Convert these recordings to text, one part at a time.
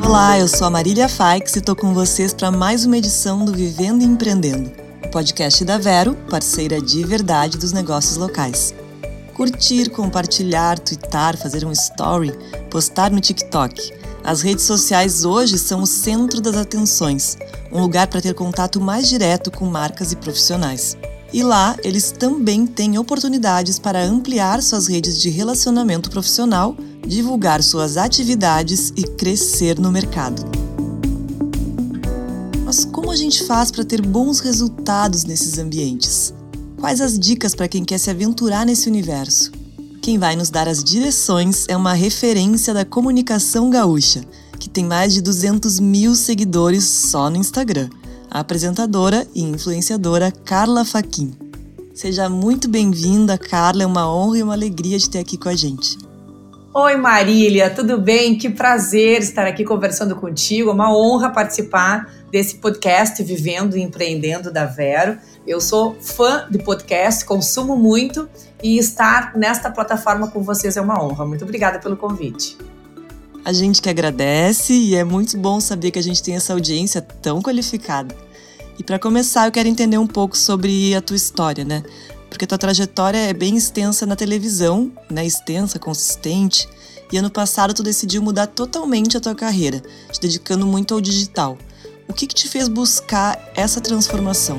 Olá, eu sou a Marília Faix e estou com vocês para mais uma edição do Vivendo e Empreendendo, o podcast da Vero, parceira de verdade dos negócios locais. Curtir, compartilhar, twittar, fazer um story, postar no TikTok. As redes sociais hoje são o centro das atenções, um lugar para ter contato mais direto com marcas e profissionais. E lá, eles também têm oportunidades para ampliar suas redes de relacionamento profissional, divulgar suas atividades e crescer no mercado. Mas como a gente faz para ter bons resultados nesses ambientes? Quais as dicas para quem quer se aventurar nesse universo? Quem vai nos dar as direções é uma referência da comunicação gaúcha, que tem mais de 200 mil seguidores só no Instagram. A apresentadora e influenciadora Carla Fachin. Seja muito bem-vinda, Carla. É uma honra e uma alegria de ter aqui com a gente. Oi, Marília, tudo bem? Que prazer estar aqui conversando contigo. É uma honra participar desse podcast Vivendo e Empreendendo da Vero. Eu sou fã de podcast, consumo muito e estar nesta plataforma com vocês é uma honra. Muito obrigada pelo convite. A gente que agradece e é muito bom saber que a gente tem essa audiência tão qualificada. E para começar, eu quero entender um pouco sobre a tua história, né? Porque a tua trajetória é bem extensa na televisão, né? Extensa, consistente. E ano passado tu decidiu mudar totalmente a tua carreira, te dedicando muito ao digital. O que te fez buscar essa transformação?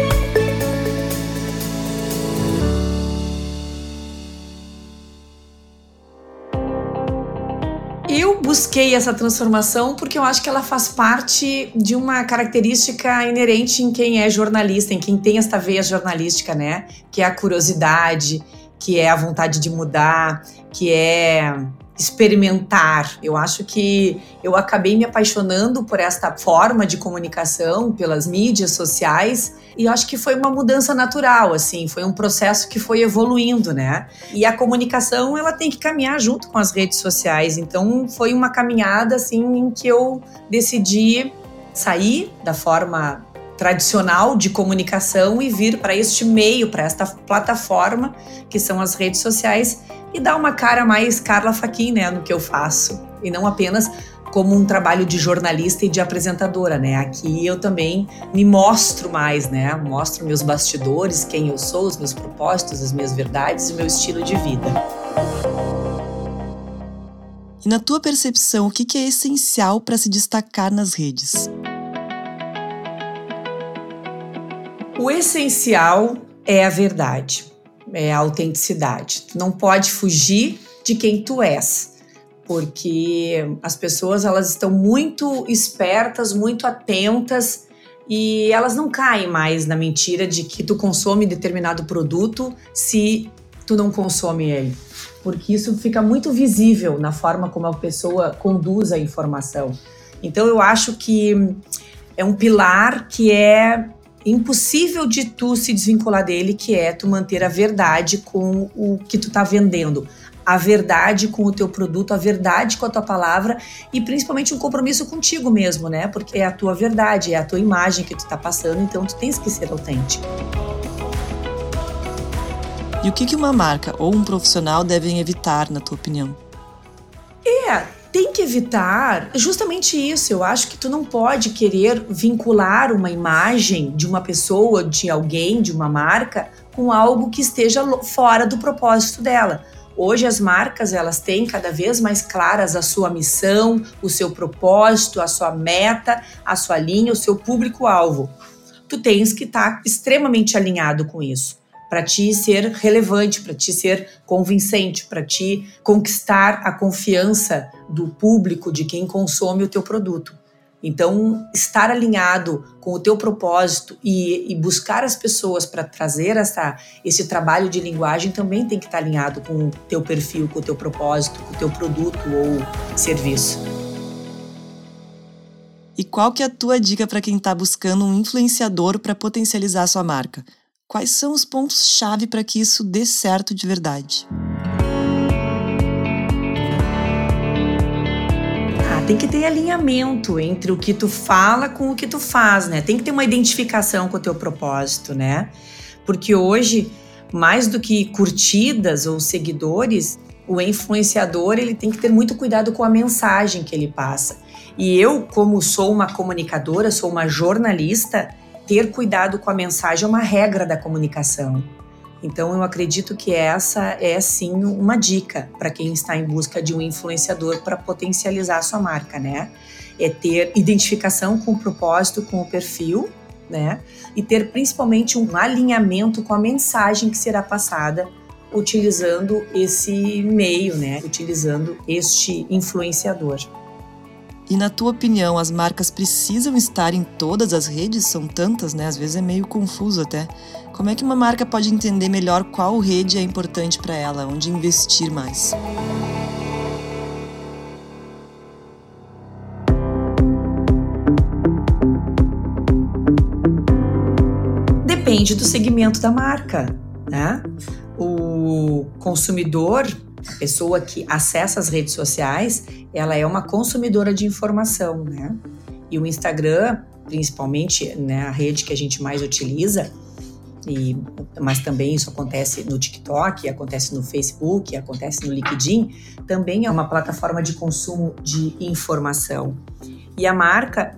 Eu busquei essa transformação porque eu acho que ela faz parte de uma característica inerente em quem é jornalista, em quem tem esta veia jornalística, né? Que é a curiosidade, que é a vontade de mudar, que é experimentar. Eu acho que eu acabei me apaixonando por esta forma de comunicação, pelas mídias sociais, e eu acho que foi uma mudança natural, assim, foi um processo que foi evoluindo, né? E a comunicação, ela tem que caminhar junto com as redes sociais, então foi uma caminhada, assim, em que eu decidi sair da forma tradicional de comunicação e vir para este meio, para esta plataforma, que são as redes sociais, e dar uma cara mais Carla Fachin, né, no que eu faço, e não apenas como um trabalho de jornalista e de apresentadora, né? Aqui eu também me mostro mais, né? Mostro meus bastidores, quem eu sou, os meus propósitos, as minhas verdades e o meu estilo de vida. E na tua percepção, o que é essencial para se destacar nas redes? O essencial é a verdade, é a autenticidade. Tu não pode fugir de quem tu és, porque as pessoas, elas estão muito espertas, muito atentas e elas não caem mais na mentira de que tu consome determinado produto se tu não consome ele, porque isso fica muito visível na forma como a pessoa conduz a informação. Então eu acho que é um pilar que é impossível de tu se desvincular dele, que é tu manter a verdade com o que tu tá vendendo, a verdade com o teu produto, a verdade com a tua palavra e principalmente um compromisso contigo mesmo, né? Porque é a tua verdade, é a tua imagem que tu tá passando, então tu tens que ser autêntico. E o que uma marca ou um profissional devem evitar, na tua opinião? Tem que evitar justamente isso. Eu acho que tu não pode querer vincular uma imagem de uma pessoa, de alguém, de uma marca, com algo que esteja fora do propósito dela. Hoje as marcas, elas têm cada vez mais claras a sua missão, o seu propósito, a sua meta, a sua linha, o seu público-alvo. Tu tens que estar extremamente alinhado com isso, para ti ser relevante, para ti ser convincente, para ti conquistar a confiança do público, de quem consome o teu produto. Então, estar alinhado com o teu propósito e buscar as pessoas para trazer esse trabalho de linguagem também tem que estar alinhado com o teu perfil, com o teu propósito, com o teu produto ou serviço. E qual que é a tua dica para quem está buscando um influenciador para potencializar a sua marca? Quais são os pontos-chave para que isso dê certo de verdade? Tem que ter alinhamento entre o que tu fala com o que tu faz, né? Tem que ter uma identificação com o teu propósito, né? Porque hoje, mais do que curtidas ou seguidores, o influenciador ele tem que ter muito cuidado com a mensagem que ele passa. E eu, como sou uma comunicadora, sou uma jornalista, ter cuidado com a mensagem é uma regra da comunicação. Então, eu acredito que essa é, sim, uma dica para quem está em busca de um influenciador para potencializar a sua marca, né? É ter identificação com o propósito, com o perfil, né? E ter principalmente um alinhamento com a mensagem que será passada utilizando esse meio, né? Utilizando este influenciador. E na tua opinião, as marcas precisam estar em todas as redes? São tantas, né? Às vezes é meio confuso até. Como é que uma marca pode entender melhor qual rede é importante para ela, onde investir mais? Depende do segmento da marca, né? O consumidor, a pessoa que acessa as redes sociais, ela é uma consumidora de informação, né? E o Instagram, principalmente, né, a rede que a gente mais utiliza, mas também isso acontece no TikTok, acontece no Facebook, acontece no LinkedIn, também é uma plataforma de consumo de informação. E a marca,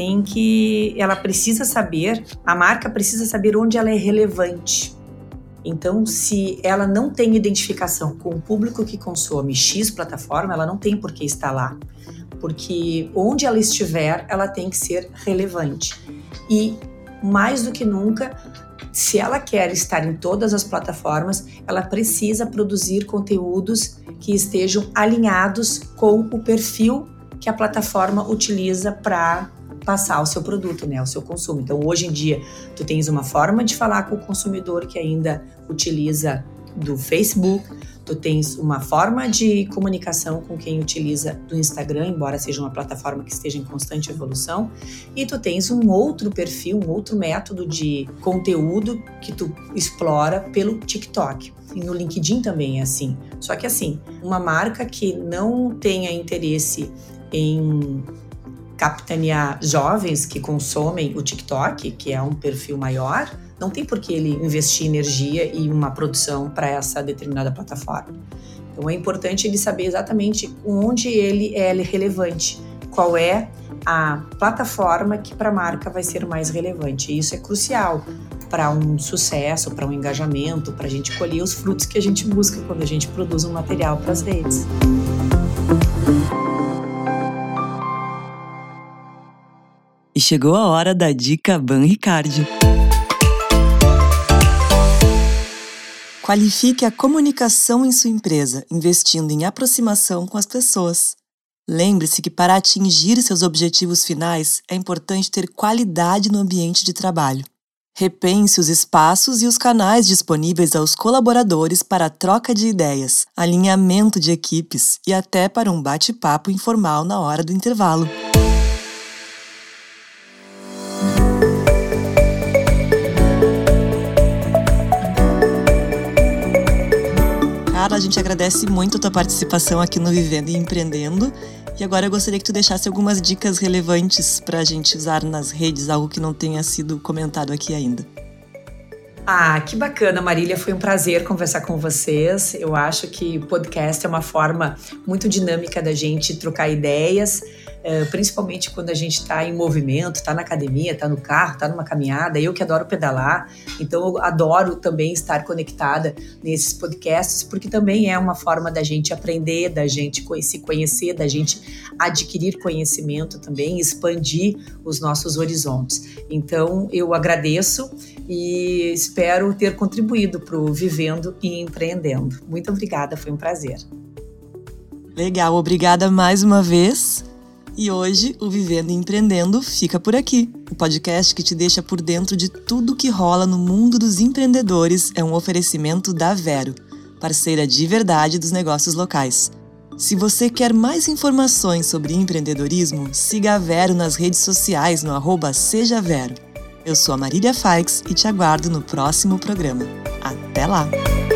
ela precisa saber, a marca precisa saber onde ela é relevante. Então, se ela não tem identificação com o público que consome X plataforma, ela não tem por que estar lá. Porque onde ela estiver, ela tem que ser relevante. E, mais do que nunca, se ela quer estar em todas as plataformas, ela precisa produzir conteúdos que estejam alinhados com o perfil que a plataforma utiliza para passar o seu produto, né, o seu consumo. Então, hoje em dia, tu tens uma forma de falar com o consumidor que ainda utiliza do Facebook, tu tens uma forma de comunicação com quem utiliza do Instagram, embora seja uma plataforma que esteja em constante evolução, e tu tens um outro perfil, um outro método de conteúdo que tu explora pelo TikTok. E no LinkedIn também é assim. Só que assim, uma marca que não tenha interesse em capitanear jovens que consomem o TikTok, que é um perfil maior, não tem por que ele investir energia e uma produção para essa determinada plataforma. Então é importante ele saber exatamente onde ele é relevante, qual é a plataforma que para a marca vai ser mais relevante. E isso é crucial para um sucesso, para um engajamento, para a gente colher os frutos que a gente busca quando a gente produz um material para as redes. E chegou a hora da dica Banricardio. Qualifique a comunicação em sua empresa, investindo em aproximação com as pessoas. Lembre-se que para atingir seus objetivos finais, é importante ter qualidade no ambiente de trabalho. Repense os espaços e os canais disponíveis aos colaboradores para a troca de ideias, alinhamento de equipes e até para um bate-papo informal na hora do intervalo. A gente agradece muito a tua participação aqui no Vivendo e Empreendendo. E agora eu gostaria que tu deixasse algumas dicas relevantes para a gente usar nas redes, algo que não tenha sido comentado aqui ainda. Ah, que bacana, Marília. Foi um prazer conversar com vocês. Eu acho que podcast é uma forma muito dinâmica da gente trocar ideias, principalmente quando a gente está em movimento, está na academia, está no carro, está numa caminhada. Eu que adoro pedalar, então eu adoro também estar conectada nesses podcasts, porque também é uma forma da gente aprender, da gente se conhecer, da gente adquirir conhecimento também, expandir os nossos horizontes. Então eu agradeço e espero ter contribuído para o Vivendo e Empreendendo. Muito obrigada, foi um prazer. Legal, obrigada mais uma vez. E hoje o Vivendo e Empreendendo fica por aqui. O podcast que te deixa por dentro de tudo que rola no mundo dos empreendedores é um oferecimento da Vero, parceira de verdade dos negócios locais. Se você quer mais informações sobre empreendedorismo, siga a Vero nas redes sociais no @SejaVero. Eu sou a Marília Faix e te aguardo no próximo programa. Até lá!